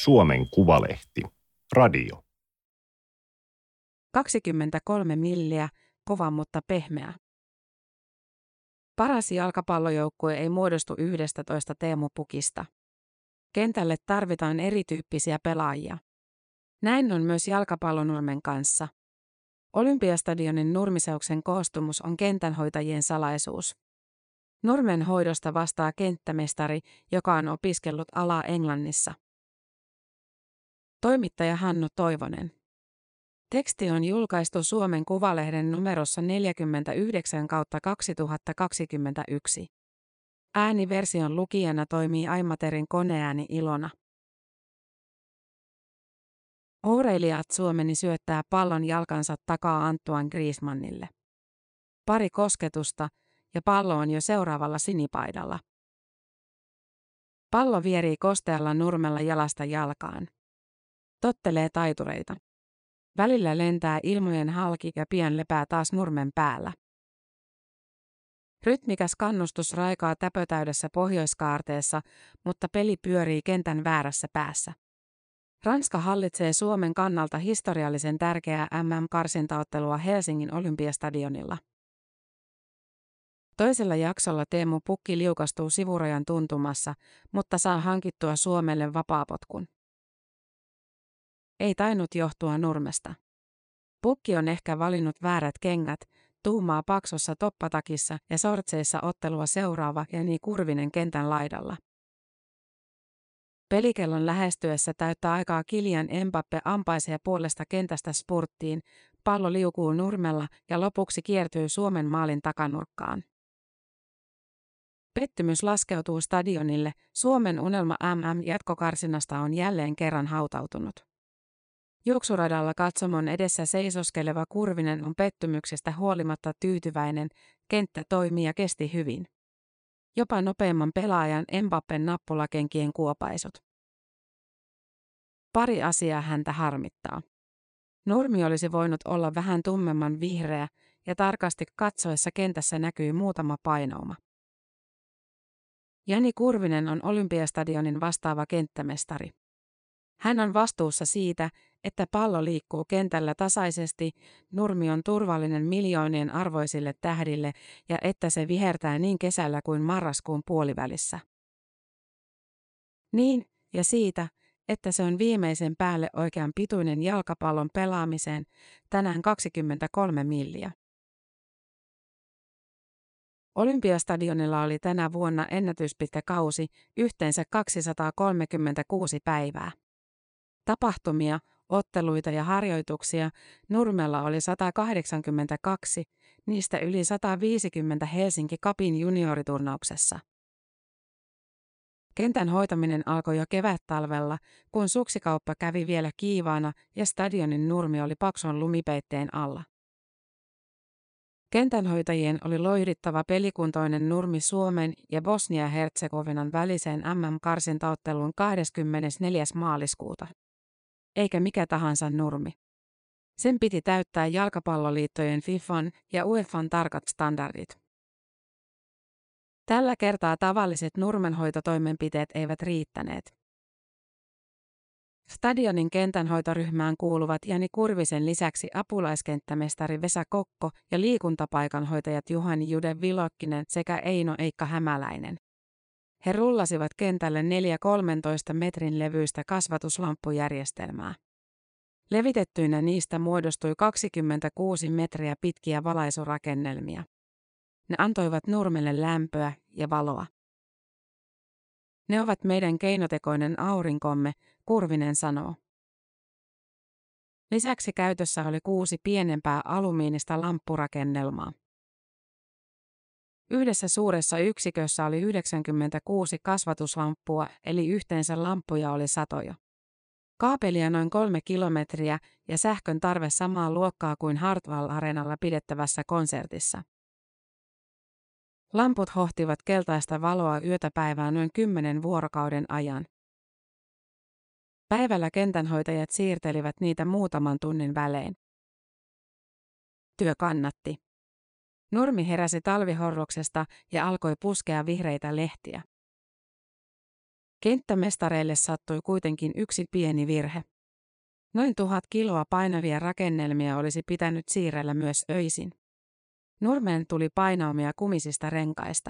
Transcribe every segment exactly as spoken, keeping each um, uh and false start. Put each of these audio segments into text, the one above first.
Suomen Kuvalehti. Radio. kaksikymmentäkolme milliä, kova mutta pehmeä. Paras jalkapallojoukkue ei muodostu yhdestätoista Teemu Pukista. Kentälle tarvitaan erityyppisiä pelaajia. Näin on myös jalkapallonurmen kanssa. Olympiastadionin nurmiseuksen koostumus on kentänhoitajien salaisuus. Nurmen hoidosta vastaa kenttämestari, joka on opiskellut alaa Englannissa. Toimittaja Hannu Toivonen. Teksti on julkaistu Suomen Kuvalehden numerossa neljäkymmentäyhdeksän kautta kaksituhattakaksikymmentäyksi. Ääniversion lukijana toimii Aimaterin koneääni Ilona. Aurelija Tchouaméni syöttää pallon jalkansa takaa Antoine Griezmannille. Pari kosketusta ja pallo on jo seuraavalla sinipaidalla. Pallo vierii kostealla nurmella jalasta jalkaan. Tottelee taitureita. Välillä lentää ilmojen halki ja pian lepää taas nurmen päällä. Rytmikäs kannustus raikaa täpötäydessä pohjoiskaarteessa, mutta peli pyörii kentän väärässä päässä. Ranska hallitsee Suomen kannalta historiallisen tärkeää M M-karsintaottelua Helsingin Olympiastadionilla. Toisella jaksolla Teemu Pukki liukastuu sivurajan tuntumassa, mutta saa hankittua Suomelle vapaapotkun. Ei tainnut johtua nurmesta. Pukki on ehkä valinnut väärät kengät, tuumaa paksussa toppatakissa ja sortseissa ottelua seuraava Jani Kurvinen kentän laidalla. Pelikellon lähestyessä täyttää aikaa Kylian Mbappé ampaisee puolesta kentästä spurttiin, pallo liukuu nurmella ja lopuksi kiertyy Suomen maalin takanurkkaan. Pettymys laskeutuu stadionille, Suomen unelma M M-jatkokarsinasta on jälleen kerran hautautunut. Juoksuradalla katsomon edessä seisoskeleva Kurvinen on pettymyksestä huolimatta tyytyväinen, kenttä toimi ja kesti hyvin. Jopa nopeimman pelaajan Mbappén nappulakenkien kuopaisut. Pari asiaa häntä harmittaa. Nurmi olisi voinut olla vähän tummemman vihreä ja tarkasti katsoessa kentässä näkyy muutama painouma. Jani Kurvinen on Olympiastadionin vastaava kenttämestari. Hän on vastuussa siitä, että pallo liikkuu kentällä tasaisesti, nurmi on turvallinen miljoonien arvoisille tähdille ja että se vihertää niin kesällä kuin marraskuun puolivälissä. Niin, ja siitä, että se on viimeisen päälle oikean pituinen jalkapallon pelaamiseen, tänään kaksikymmentäkolme milliä. Olympiastadionilla oli tänä vuonna ennätyspitkä kausi, yhteensä kaksisataakolmekymmentäkuusi päivää. Tapahtumia, otteluita ja harjoituksia nurmella oli sata kahdeksankymmentäkaksi, niistä yli sata viisikymmentä Helsinki Cupin junioriturnauksessa. Kentän hoitaminen alkoi jo kevättalvella, kun suksikauppa kävi vielä kiivaana ja stadionin nurmi oli paksun lumipeitteen alla. Kentänhoitajien oli loihdittava pelikuntoinen nurmi Suomen ja Bosnia-Hertsegovinan väliseen M M-karsintaotteluun kahdeskymmenesneljäs maaliskuuta. Eikä mikä tahansa nurmi. Sen piti täyttää jalkapalloliittojen FIFAn ja UEFAn tarkat standardit. Tällä kertaa tavalliset nurmenhoitotoimenpiteet eivät riittäneet. Stadionin kentänhoitoryhmään kuuluvat Jani Kurvisen lisäksi apulaiskenttämestari Vesa Kokko ja liikuntapaikanhoitajat Juhani Jude Vilokkinen sekä Eino Eikka Hämäläinen. He rullasivat kentälle neljä kolmentoista metrin levyistä kasvatuslamppujärjestelmää. Levitettyinä niistä muodostui kaksikymmentäkuusi metriä pitkiä valaisurakennelmia. Ne antoivat nurmelle lämpöä ja valoa. Ne ovat meidän keinotekoinen aurinkomme, Kurvinen sanoo. Lisäksi käytössä oli kuusi pienempää alumiinista lamppurakennelmaa. Yhdessä suuressa yksikössä oli yhdeksänkymmentäkuusi kasvatuslamppua, eli yhteensä lamppuja oli satoja. Kaapelia noin kolme kilometriä ja sähkön tarve samaa luokkaa kuin Hartwall-areenalla pidettävässä konsertissa. Lamput hohtivat keltaista valoa yötä päivää noin kymmenen vuorokauden ajan. Päivällä kentänhoitajat siirtelivät niitä muutaman tunnin välein. Työ kannatti. Nurmi heräsi talvihorroksesta ja alkoi puskea vihreitä lehtiä. Kenttämestareille sattui kuitenkin yksi pieni virhe. Noin tuhat kiloa painavia rakennelmia olisi pitänyt siirrellä myös öisin. Nurmeen tuli painaumia kumisista renkaista.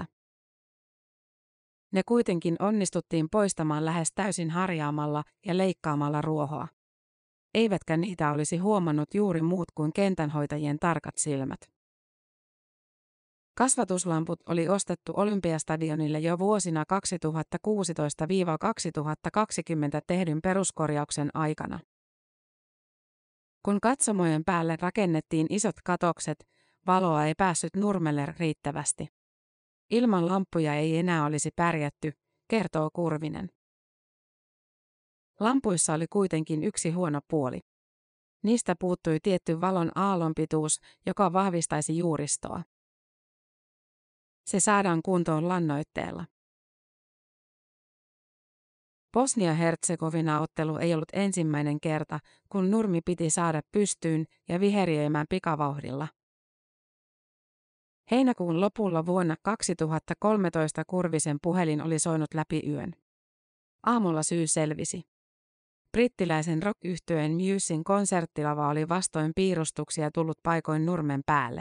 Ne kuitenkin onnistuttiin poistamaan lähes täysin harjaamalla ja leikkaamalla ruohoa. Eivätkä niitä olisi huomannut juuri muut kuin kentänhoitajien tarkat silmät. Kasvatuslamput oli ostettu Olympiastadionille jo vuosina kaksituhattakuusitoista kaksituhattakaksikymmentä tehdyn peruskorjauksen aikana. Kun katsomojen päälle rakennettiin isot katokset, valoa ei päässyt nurmelle riittävästi. Ilman lamppuja ei enää olisi pärjätty, kertoo Kurvinen. Lampuissa oli kuitenkin yksi huono puoli. Niistä puuttui tietty valon aallonpituus, joka vahvistaisi juuristoa. Se saadaan kuntoon lannoitteella. Bosnia-Hertsegovina-ottelu ei ollut ensimmäinen kerta, kun nurmi piti saada pystyyn ja viheriöimään pikavauhdilla. Heinäkuun lopulla vuonna kaksituhattakolmetoista Kurvisen puhelin oli soinut läpi yön. Aamulla syy selvisi. Brittiläisen rock-yhtyeen Musen konserttilava oli vastoin piirustuksia tullut paikoin nurmen päälle.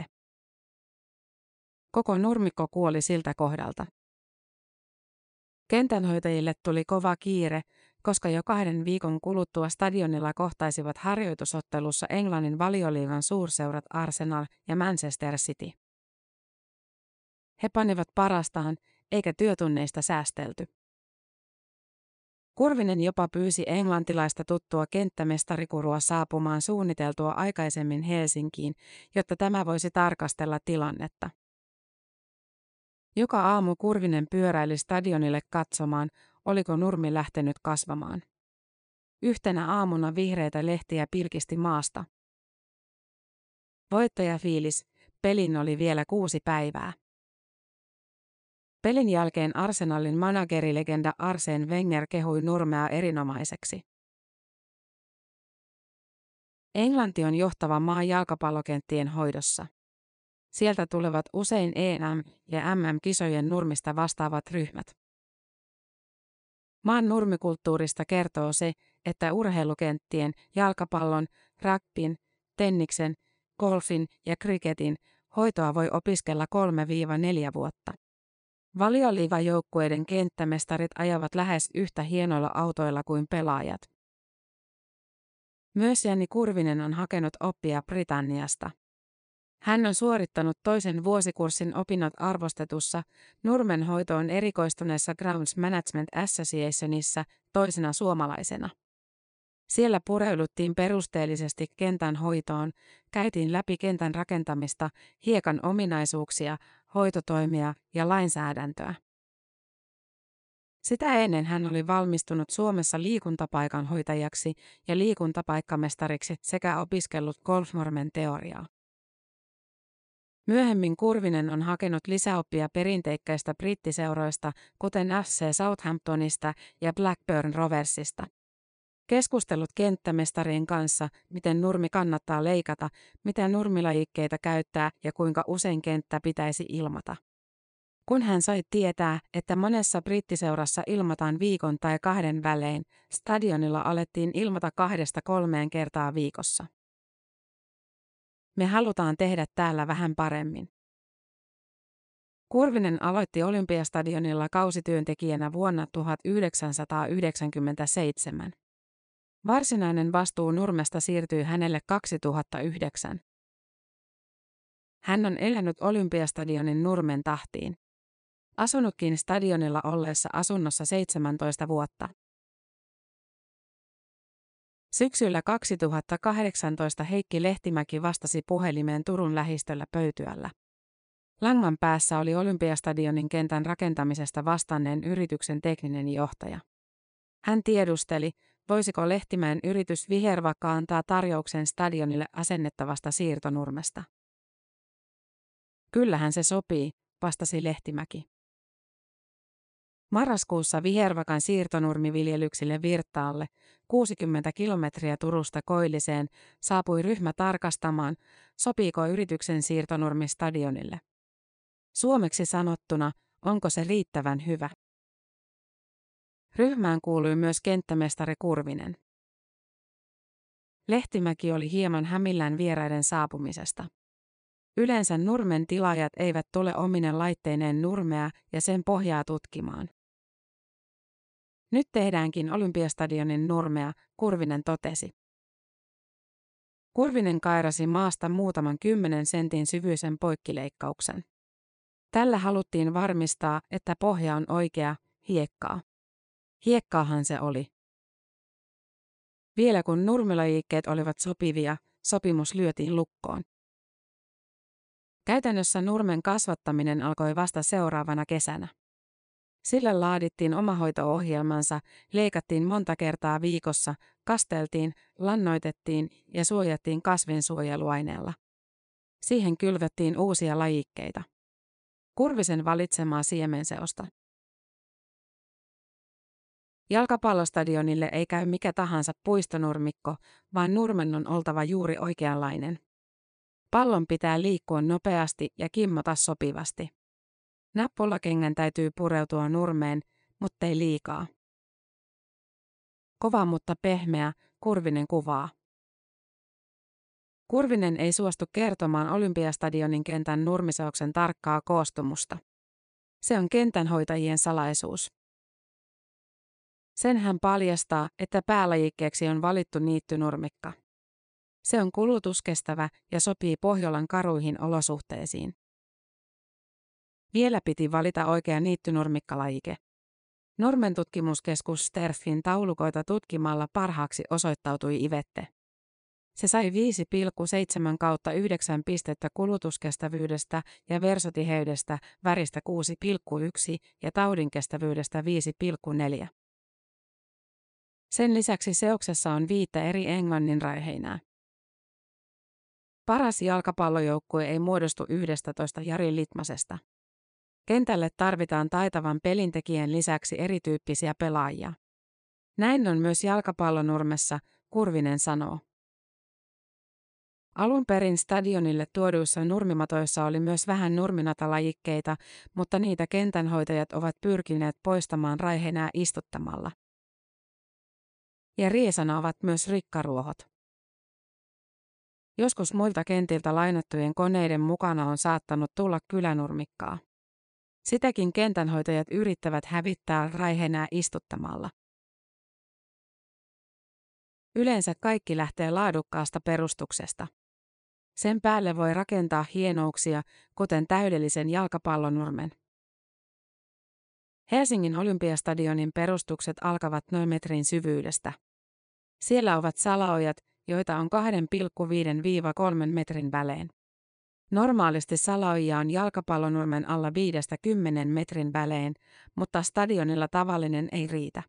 Koko nurmikko kuoli siltä kohdalta. Kentänhoitajille tuli kova kiire, koska jo kahden viikon kuluttua stadionilla kohtaisivat harjoitusottelussa Englannin Valioliigan suurseurat Arsenal ja Manchester City. He panivat parastaan, eikä työtunneista säästelty. Kurvinen jopa pyysi englantilaista tuttua kenttämestarikurua saapumaan suunniteltua aikaisemmin Helsinkiin, jotta tämä voisi tarkastella tilannetta. Joka aamu Kurvinen pyöräili stadionille katsomaan, oliko nurmi lähtenyt kasvamaan. Yhtenä aamuna vihreitä lehtiä pilkisti maasta. Voittajafiilis, pelin oli vielä kuusi päivää. Pelin jälkeen Arsenalin managerilegenda Arsène Wenger kehui nurmea erinomaiseksi. Englanti on johtava maa jalkapallokenttien hoidossa. Sieltä tulevat usein E M- ja M M-kisojen nurmista vastaavat ryhmät. Maan nurmikulttuurista kertoo se, että urheilukenttien, jalkapallon, rugbyn, tenniksen, golfin ja kriketin hoitoa voi opiskella kolmesta neljään vuotta. Valioliigajoukkueiden kenttämestarit ajavat lähes yhtä hienoilla autoilla kuin pelaajat. Myös Janni Kurvinen on hakenut oppia Britanniasta. Hän on suorittanut toisen vuosikurssin opinnot arvostetussa, nurmenhoitoon erikoistuneessa Grounds Management Associationissa toisena suomalaisena. Siellä pureuduttiin perusteellisesti kentän hoitoon, käytiin läpi kentän rakentamista, hiekan ominaisuuksia, hoitotoimia ja lainsäädäntöä. Sitä ennen hän oli valmistunut Suomessa liikuntapaikanhoitajaksi ja liikuntapaikkamestariksi sekä opiskellut golfnormen teoriaa. Myöhemmin Kurvinen on hakenut lisäoppia perinteikkäistä brittiseuroista, kuten F C Southamptonista ja Blackburn Roversista. Keskustellut kenttämestarien kanssa, miten nurmi kannattaa leikata, mitä nurmilajikkeita käyttää ja kuinka usein kenttä pitäisi ilmata. Kun hän sai tietää, että monessa brittiseurassa ilmataan viikon tai kahden välein, stadionilla alettiin ilmata kahdesta kolmeen kertaa viikossa. Me halutaan tehdä täällä vähän paremmin. Kurvinen aloitti Olympiastadionilla kausityöntekijänä vuonna tuhatyhdeksänsataayhdeksänkymmentäseitsemän. Varsinainen vastuu nurmesta siirtyi hänelle kaksituhattayhdeksän. Hän on elänyt Olympiastadionin nurmen tahtiin. Asunutkin stadionilla olleessa asunnossa seitsemäntoista vuotta. Syksyllä kaksituhattakahdeksantoista Heikki Lehtimäki vastasi puhelimeen Turun lähistöllä Pöytyällä. Langan päässä oli Olympiastadionin kentän rakentamisesta vastanneen yrityksen tekninen johtaja. Hän tiedusteli, voisiko Lehtimäen yritys Vihervaakka antaa tarjouksen stadionille asennettavasta siirtonurmesta. Kyllähän se sopii, vastasi Lehtimäki. Marraskuussa Vihervakan siirtonurmiviljelyksille Virttaalle, kuusikymmentä kilometriä Turusta Koilliseen, saapui ryhmä tarkastamaan, sopiiko yrityksen siirtonurmi stadionille. Suomeksi sanottuna, onko se riittävän hyvä. Ryhmään kuului myös kenttämestari Kurvinen. Lehtimäki oli hieman hämillään vieraiden saapumisesta. Yleensä Nurmen tilaajat eivät tule omine laitteineen Nurmea ja sen pohjaa tutkimaan. Nyt tehdäänkin Olympiastadionin Nurmea, Kurvinen totesi. Kurvinen kairasi maasta muutaman kymmenen sentin syvyisen poikkileikkauksen. Tällä haluttiin varmistaa, että pohja on oikea, hiekkaa. Hiekkaahan se oli. Vielä kun nurmelajikkeet olivat sopivia, sopimus lyötiin lukkoon. Käytännössä nurmen kasvattaminen alkoi vasta seuraavana kesänä. Sille laadittiin omahoito-ohjelmansa, leikattiin monta kertaa viikossa, kasteltiin, lannoitettiin ja suojattiin kasvinsuojeluaineella. Siihen kylvettiin uusia lajikkeita. Kurvisen valitsemaa siemenseosta. Jalkapallostadionille ei käy mikä tahansa puistonurmikko, vaan nurmen on oltava juuri oikeanlainen. Pallon pitää liikkua nopeasti ja kimmota sopivasti. Nappulakengän täytyy pureutua nurmeen, mutta ei liikaa. Kova mutta pehmeä, Kurvinen kuvaa. Kurvinen ei suostu kertomaan Olympiastadionin kentän nurmiseoksen tarkkaa koostumusta. Se on kentänhoitajien salaisuus. Sen hän paljastaa, että päälajikkeeksi on valittu niittynurmikka. Se on kulutuskestävä ja sopii Pohjolan karuihin olosuhteisiin. Vielä piti valita oikea niittynurmikkalajike. Normen tutkimuskeskus Sterfin taulukoita tutkimalla parhaaksi osoittautui ivette. Se sai viisi pilkku seitsemän kautta yhdeksän pistettä kulutuskestävyydestä ja versotiheydestä, väristä kuusi pilkku yksi ja taudinkestävyydestä viisi pilkku neljä. Sen lisäksi seoksessa on viittä eri englannin raiheinää. Paras jalkapallojoukkue ei muodostu yhdestätoista Jari Litmasesta. Kentälle tarvitaan taitavan pelintekijän lisäksi erityyppisiä pelaajia. Näin on myös jalkapallonurmessa, Kurvinen sanoo. Alun perin stadionille tuoduissa nurmimatoissa oli myös vähän nurminatalajikkeita, mutta niitä kentänhoitajat ovat pyrkineet poistamaan raiheinää istuttamalla. Ja riesana ovat myös rikkaruohot. Joskus muilta kentiltä lainattujen koneiden mukana on saattanut tulla kylänurmikkaa. Sitäkin kentänhoitajat yrittävät hävittää raiheinää istuttamalla. Yleensä kaikki lähtee laadukkaasta perustuksesta. Sen päälle voi rakentaa hienouksia, kuten täydellisen jalkapallonurmen. Helsingin Olympiastadionin perustukset alkavat noin metrin syvyydestä. Siellä ovat salaojat, joita on kaksi pilkku viisi kolme metrin välein. Normaalisti salaojia on jalkapallonurmen alla viidestä kymmeneen metrin välein, mutta stadionilla tavallinen ei riitä.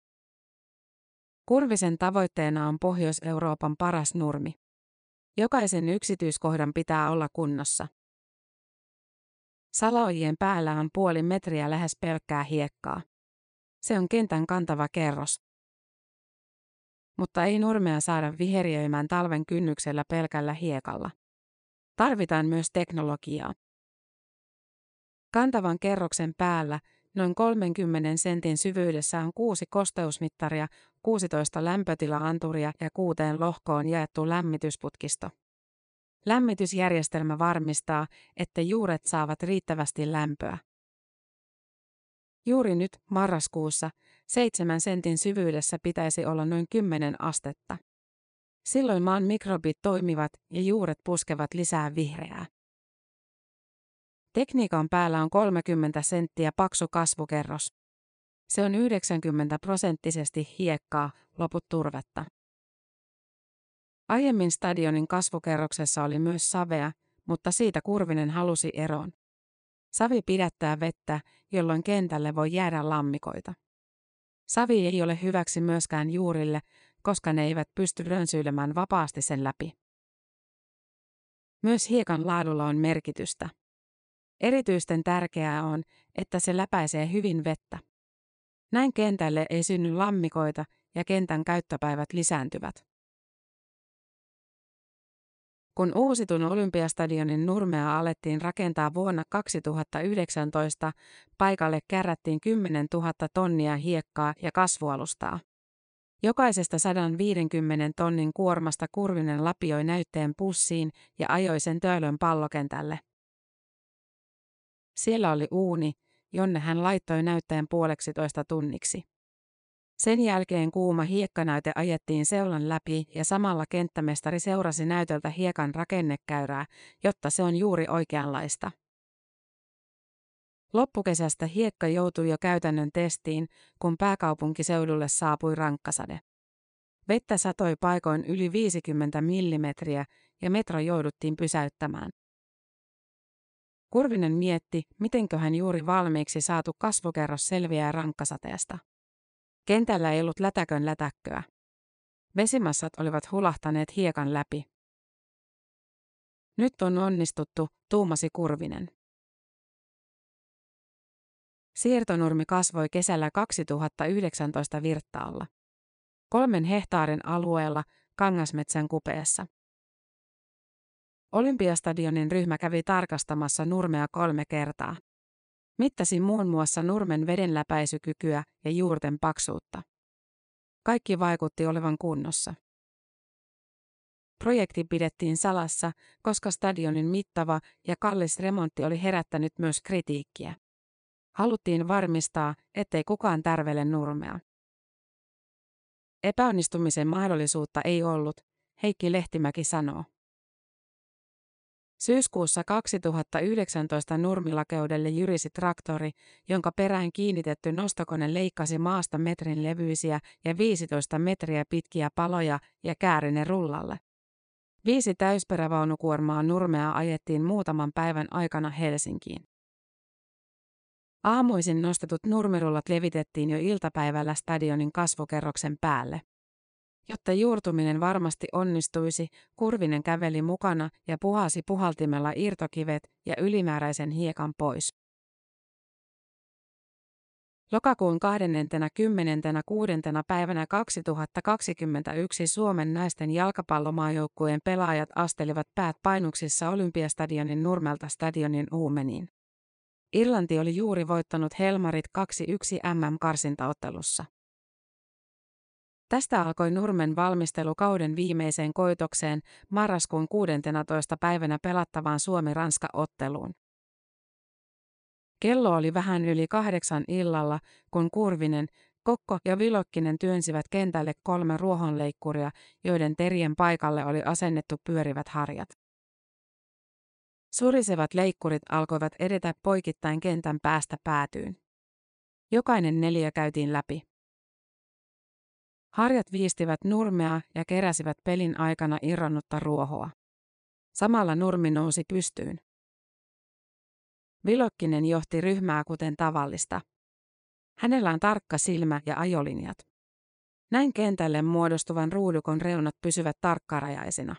Kurvisen tavoitteena on Pohjois-Euroopan paras nurmi. Jokaisen yksityiskohdan pitää olla kunnossa. Salaojien päällä on puoli metriä lähes pelkkää hiekkaa. Se on kentän kantava kerros. Mutta ei nurmea saada viheriöimään talven kynnyksellä pelkällä hiekalla. Tarvitaan myös teknologiaa. Kantavan kerroksen päällä, noin kolmenkymmenen sentin syvyydessä on kuusi kosteusmittaria, kuusitoista lämpötila-anturia ja kuuteen lohkoon jaettu lämmitysputkisto. Lämmitysjärjestelmä varmistaa, että juuret saavat riittävästi lämpöä. Juuri nyt, marraskuussa, seitsemän sentin syvyydessä pitäisi olla noin kymmenen astetta. Silloin maan mikrobit toimivat ja juuret puskevat lisää vihreää. Tekniikan päällä on kolmekymmentä senttiä paksu kasvukerros. Se on yhdeksänkymmentä prosenttisesti hiekkaa, loput turvetta. Aiemmin stadionin kasvukerroksessa oli myös savea, mutta siitä Kurvinen halusi eroon. Savi pidättää vettä, jolloin kentälle voi jäädä lammikoita. Savi ei ole hyväksi myöskään juurille, koska ne eivät pysty rönsyilemään vapaasti sen läpi. Myös hiekan laadulla on merkitystä. Erityisten tärkeää on, että se läpäisee hyvin vettä. Näin kentälle ei synny lammikoita ja kentän käyttöpäivät lisääntyvät. Kun uusitun Olympiastadionin nurmea alettiin rakentaa vuonna kaksituhattayhdeksäntoista, paikalle kärrättiin kymmenentuhatta tonnia hiekkaa ja kasvualustaa. Jokaisesta sata viisikymmentä tonnin kuormasta Kurvinen lapioi näytteen pussiin ja ajoi sen Töölön pallokentälle. Siellä oli uuni, jonne hän laittoi näytteen puoleksitoista tunniksi. Sen jälkeen kuuma hiekkanäyte ajettiin seulan läpi ja samalla kenttämestari seurasi näytöltä hiekan rakennekäyrää, jotta se on juuri oikeanlaista. Loppukesästä hiekka joutui jo käytännön testiin, kun pääkaupunkiseudulle saapui rankkasade. Vettä satoi paikoin yli viisikymmentä millimetriä ja metro jouduttiin pysäyttämään. Kurvinen mietti, mitenköhän juuri valmiiksi saatu kasvukerros selviää rankkasateesta. Kentällä ei ollut lätäkön lätäkköä. Vesimassat olivat hulahtaneet hiekan läpi. Nyt on onnistuttu, tuumasi Kurvinen. Siirtonurmi kasvoi kesällä kaksituhattayhdeksäntoista Virttaalla. Kolmen hehtaarin alueella Kangasmetsän kupeessa. Olympiastadionin ryhmä kävi tarkastamassa nurmea kolme kertaa. Mittasi muun muassa nurmen vedenläpäisykykyä ja juurten paksuutta. Kaikki vaikutti olevan kunnossa. Projekti pidettiin salassa, koska stadionin mittava ja kallis remontti oli herättänyt myös kritiikkiä. Haluttiin varmistaa, ettei kukaan tärvele nurmea. Epäonnistumisen mahdollisuutta ei ollut, Heikki Lehtimäki sanoo. Syyskuussa kaksituhattayhdeksäntoista nurmilakeudelle jyrisi traktori, jonka perään kiinnitetty nostokone leikkasi maasta metrin levyisiä ja viisitoista metriä pitkiä paloja ja kääri ne rullalle. Viisi täysperävaunukuormaa nurmea ajettiin muutaman päivän aikana Helsinkiin. Aamuisin nostetut nurmirullat levitettiin jo iltapäivällä stadionin kasvukerroksen päälle. Jotta juurtuminen varmasti onnistuisi, Kurvinen käveli mukana ja puhasi puhaltimella irtokivet ja ylimääräisen hiekan pois. Lokakuun kahdeskymmeneskuudes päivänä kaksituhattakaksikymmentäyksi Suomen naisten jalkapallomaajoukkueen pelaajat astelivat päät painuksissa Olympiastadionin nurmelta stadionin uumeniin. Irlanti oli juuri voittanut Helmarit kaksi yksi M M-karsintaottelussa. Tästä alkoi nurmen valmistelu kauden viimeiseen koitokseen marraskuun kuudenteenatoista päivänä pelattavaan Suomi-Ranska-otteluun. Kello oli vähän yli kahdeksan illalla, kun Kurvinen, Kokko ja Vilokkinen työnsivät kentälle kolme ruohonleikkuria, joiden terien paikalle oli asennettu pyörivät harjat. Surisevat leikkurit alkoivat edetä poikittain kentän päästä päätyyn. Jokainen neliö käytiin läpi. Harjat viistivät nurmea ja keräsivät pelin aikana irronnutta ruohoa. Samalla nurmi nousi pystyyn. Vilokkinen johti ryhmää kuten tavallista. Hänellä on tarkka silmä ja ajolinjat. Näin kentälle muodostuvan ruudukon reunat pysyvät tarkkarajaisina.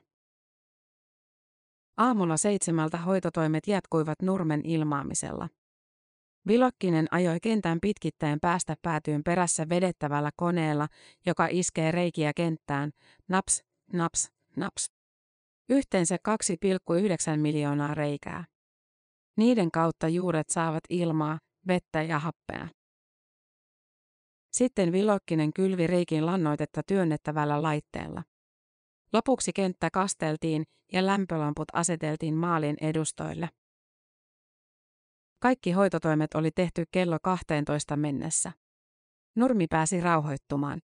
Aamulla seitsemältä hoitotoimet jatkuivat nurmen ilmaamisella. Vilokkinen ajoi kentän pitkittäen päästä päätyyn perässä vedettävällä koneella, joka iskee reikiä kenttään, naps, naps, naps. Yhteensä kaksi pilkku yhdeksän miljoonaa reikää. Niiden kautta juuret saavat ilmaa, vettä ja happea. Sitten Vilokkinen kylvi reikin lannoitetta työnnettävällä laitteella. Lopuksi kenttä kasteltiin ja lämpölamput aseteltiin maalin edustoille. Kaikki hoitotoimet oli tehty kello kahteentoista mennessä. Nurmi pääsi rauhoittumaan.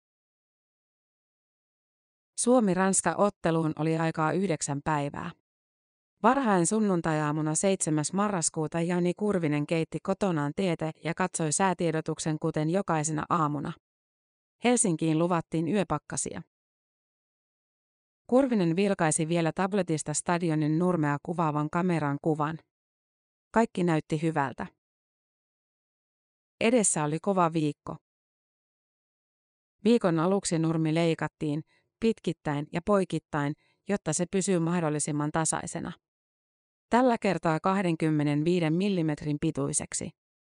Suomi-Ranska-otteluun oli aikaa yhdeksän päivää. Varhain sunnuntai-aamuna seitsemäs marraskuuta Jani Kurvinen keitti kotonaan teetä ja katsoi säätiedotuksen kuten jokaisena aamuna. Helsinkiin luvattiin yöpakkasia. Kurvinen vilkaisi vielä tabletista stadionin nurmea kuvaavan kameran kuvan. Kaikki näytti hyvältä. Edessä oli kova viikko. Viikon aluksi nurmi leikattiin, pitkittäin ja poikittain, jotta se pysyy mahdollisimman tasaisena. Tällä kertaa kaksikymmentäviisi millimetrin pituiseksi.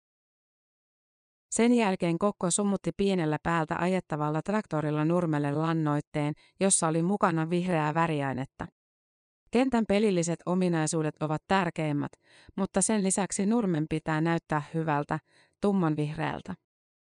Sen jälkeen Kokko sumutti pienellä päältä ajettavalla traktorilla nurmelle lannoitteen, jossa oli mukana vihreää väriainetta. Kentän pelilliset ominaisuudet ovat tärkeimmät, mutta sen lisäksi nurmen pitää näyttää hyvältä, tummanvihreältä.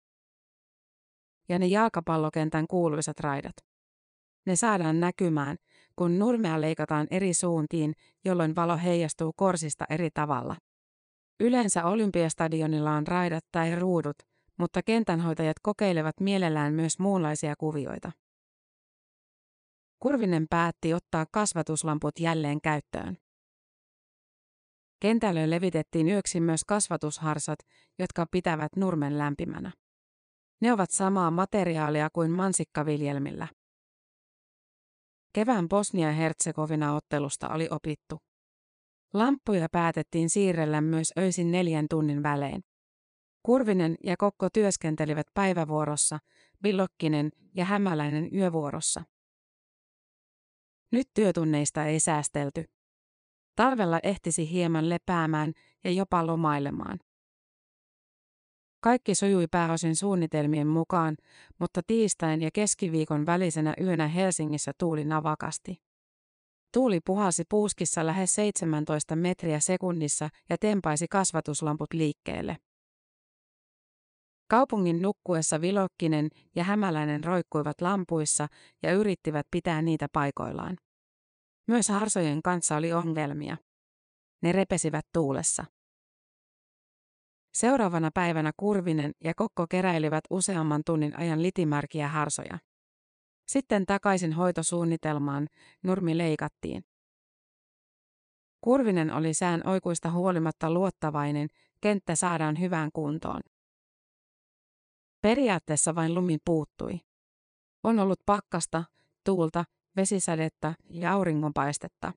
Ja ne jalkapallokentän kuuluisat raidat. Ne saadaan näkymään, kun nurmea leikataan eri suuntiin, jolloin valo heijastuu korsista eri tavalla. Yleensä Olympiastadionilla on raidat tai ruudut, mutta kentänhoitajat kokeilevat mielellään myös muunlaisia kuvioita. Kurvinen päätti ottaa kasvatuslamput jälleen käyttöön. Kentälle levitettiin yöksi myös kasvatusharsat, jotka pitävät nurmen lämpimänä. Ne ovat samaa materiaalia kuin mansikkaviljelmillä. Kevään Bosnia-Hertsegovina-ottelusta oli opittu. Lamppuja päätettiin siirrellä myös öisin neljän tunnin välein. Kurvinen ja Kokko työskentelivät päivävuorossa, Vilokkinen ja Hämäläinen yövuorossa. Nyt työtunneista ei säästelty. Talvella ehtisi hieman lepäämään ja jopa lomailemaan. Kaikki sujui pääosin suunnitelmien mukaan, mutta tiistain ja keskiviikon välisenä yönä Helsingissä tuuli navakasti. Tuuli puhalsi puuskissa lähes seitsemäntoista metriä sekunnissa ja tempaisi kasvatuslamput liikkeelle. Kaupungin nukkuessa Vilokkinen ja Hämäläinen roikkuivat lampuissa ja yrittivät pitää niitä paikoillaan. Myös harsojen kanssa oli ongelmia. Ne repesivät tuulessa. Seuraavana päivänä Kurvinen ja Kokko keräilivät useamman tunnin ajan litimärkiä harsoja. Sitten takaisin hoitosuunnitelmaan, nurmi leikattiin. Kurvinen oli sään oikuista huolimatta luottavainen, kenttä saadaan hyvään kuntoon. Periaatteessa vain lumi puuttui. On ollut pakkasta, tuulta, vesisadetta ja auringonpaistetta.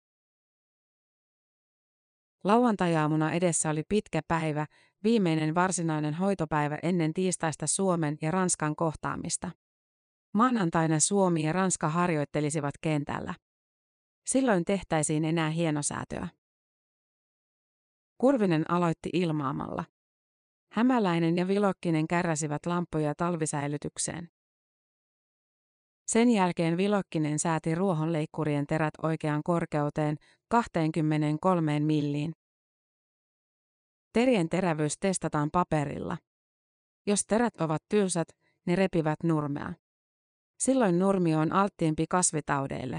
Lauantajaamuna edessä oli pitkä päivä, viimeinen varsinainen hoitopäivä ennen tiistaista Suomen ja Ranskan kohtaamista. Maanantaina Suomi ja Ranska harjoittelisivat kentällä. Silloin tehtäisiin enää hienosäätöä. Kurvinen aloitti ilmaamalla. Hämäläinen ja Vilokkinen kärräsivät lamppuja talvisäilytykseen. Sen jälkeen Vilokkinen sääti ruohonleikkurien terät oikeaan korkeuteen kaksikymmentäkolme milliin. Terien terävyys testataan paperilla. Jos terät ovat tylsät, ne repivät nurmea. Silloin nurmi on alttiimpi kasvitaudeille.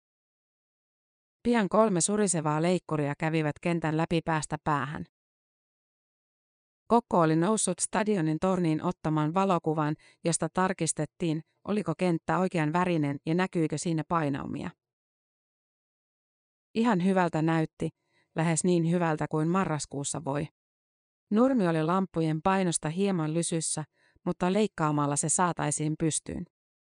Pian kolme surisevaa leikkuria kävivät kentän läpi päästä päähän. Kokko oli noussut stadionin torniin ottamaan valokuvan, josta tarkistettiin, oliko kenttä oikean värinen ja näkyykö siinä painaumia. Ihan hyvältä näytti, lähes niin hyvältä kuin marraskuussa voi. Nurmi oli lamppujen painosta hieman lysyssä, mutta leikkaamalla se saataisiin pystyyn.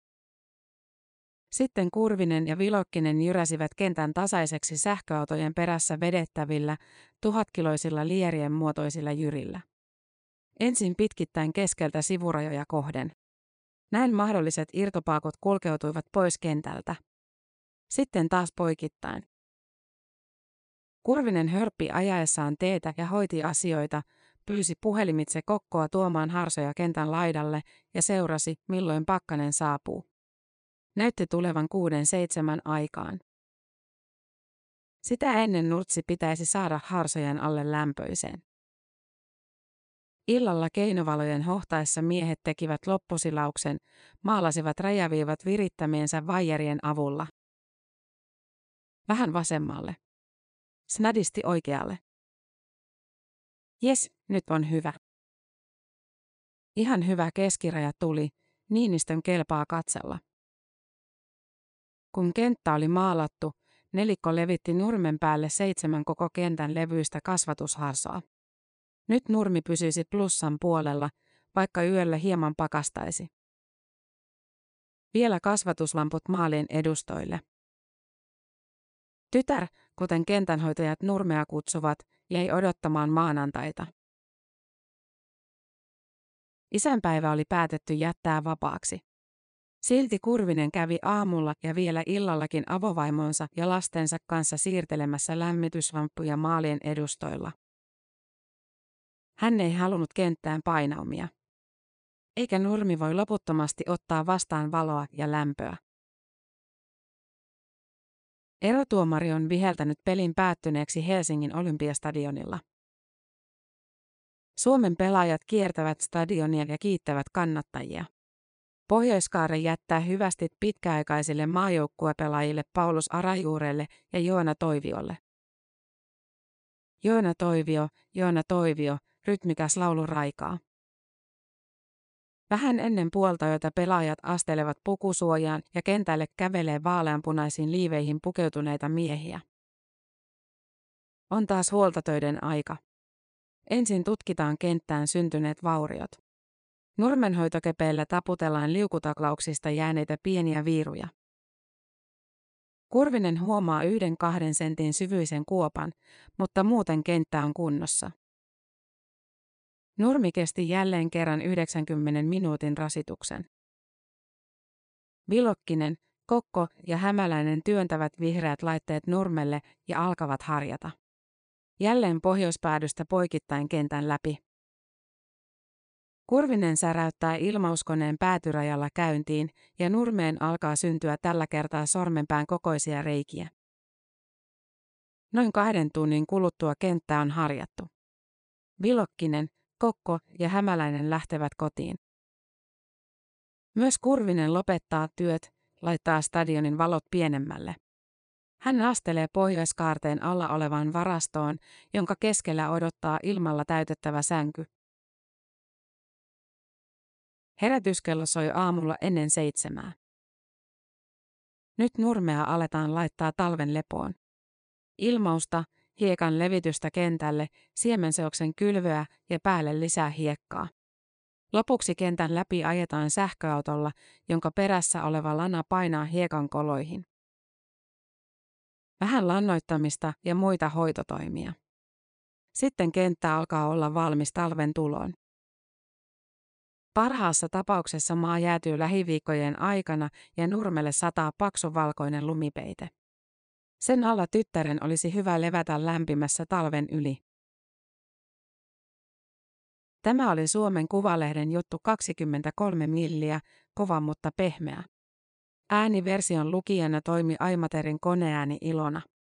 Sitten Kurvinen ja Vilokkinen jyräsivät kentän tasaiseksi sähköautojen perässä vedettävillä, tuhatkiloisilla lierien muotoisilla jyrillä. Ensin pitkittäin keskeltä sivurajoja kohden. Näin mahdolliset irtopaakot kulkeutuivat pois kentältä. Sitten taas poikittain. Kurvinen hörppi ajaessaan teetä ja hoiti asioita, pyysi puhelimitse Kokkoa tuomaan harsoja kentän laidalle ja seurasi, milloin pakkanen saapuu. Näytti tulevan kuuden seitsemän aikaan. Sitä ennen nurtsi pitäisi saada harsojen alle lämpöiseen. Illalla keinovalojen hohtaessa miehet tekivät loppusilauksen, maalasivat rajaviivat virittämiensä vaijerien avulla. Vähän vasemmalle. Snadisti oikealle. Jes, nyt on hyvä. Ihan hyvä keskiraja tuli, Niinistön kelpaa katsella. Kun kenttä oli maalattu, nelikko levitti nurmen päälle seitsemän koko kentän levyistä kasvatusharsoa. Nyt nurmi pysyisi plussan puolella, vaikka yöllä hieman pakastaisi. Vielä kasvatuslamput maalien edustoille. Tytär, kuten kentänhoitajat nurmea kutsuvat, jäi odottamaan maanantaita. Isänpäivä oli päätetty jättää vapaaksi. Silti Kurvinen kävi aamulla ja vielä illallakin avovaimonsa ja lastensa kanssa siirtelemässä lämmitysvamppuja maalien edustoilla. Hän ei halunnut kenttään painaumia. Eikä nurmi voi loputtomasti ottaa vastaan valoa ja lämpöä. Erotuomari on viheltänyt pelin päättyneeksi Helsingin Olympiastadionilla. Suomen pelaajat kiertävät stadionia ja kiittävät kannattajia. Pohjoiskaare jättää hyvästit pitkäaikaisille maajoukkuepelaajille Paulus Arajuurelle ja Joona Toiviolle. Joona Toivio, Joona Toivio, rytmikäs laulu raikaa. Vähän ennen puoltajoita pelaajat astelevat pukusuojaan ja kentälle kävelee vaaleanpunaisiin liiveihin pukeutuneita miehiä. On taas huoltotöiden aika. Ensin tutkitaan kenttään syntyneet vauriot. Nurmenhoitokepeillä taputellaan liukutaklauksista jääneitä pieniä viiruja. Kurvinen huomaa yhden kahden sentin syvyisen kuopan, mutta muuten kenttä on kunnossa. Nurmi kesti jälleen kerran yhdeksänkymmenen minuutin rasituksen. Vilokkinen, Kokko ja Hämäläinen työntävät vihreät laitteet nurmelle ja alkavat harjata. Jälleen pohjoispäädystä poikittain kentän läpi. Kurvinen säräyttää ilmauskoneen päätyrajalla käyntiin ja nurmeen alkaa syntyä tällä kertaa sormenpään kokoisia reikiä. Noin kahden tunnin kuluttua kenttä on harjattu. Vilokkinen, Kokko ja Hämäläinen lähtevät kotiin. Myös Kurvinen lopettaa työt, laittaa stadionin valot pienemmälle. Hän astelee pohjoiskaarteen alla olevaan varastoon, jonka keskellä odottaa ilmalla täytettävä sänky. Herätyskello soi aamulla ennen seitsemää. Nyt nurmea aletaan laittaa talven lepoon. Ilmausta, hiekan levitystä kentälle, siemenseoksen kylvöä ja päälle lisää hiekkaa. Lopuksi kentän läpi ajetaan sähköautolla, jonka perässä oleva lana painaa hiekan koloihin. Vähän lannoittamista ja muita hoitotoimia. Sitten kenttä alkaa olla valmis talven tuloon. Parhaassa tapauksessa maa jäätyy lähiviikkojen aikana ja nurmelle sataa paksu valkoinen lumipeite. Sen alla tyttären olisi hyvä levätä lämpimässä talven yli. Tämä oli Suomen Kuvalehden juttu kaksikymmentäkolme milliä, kova mutta pehmeä. Ääniversion lukijana toimi Aimaterin koneääni Ilona.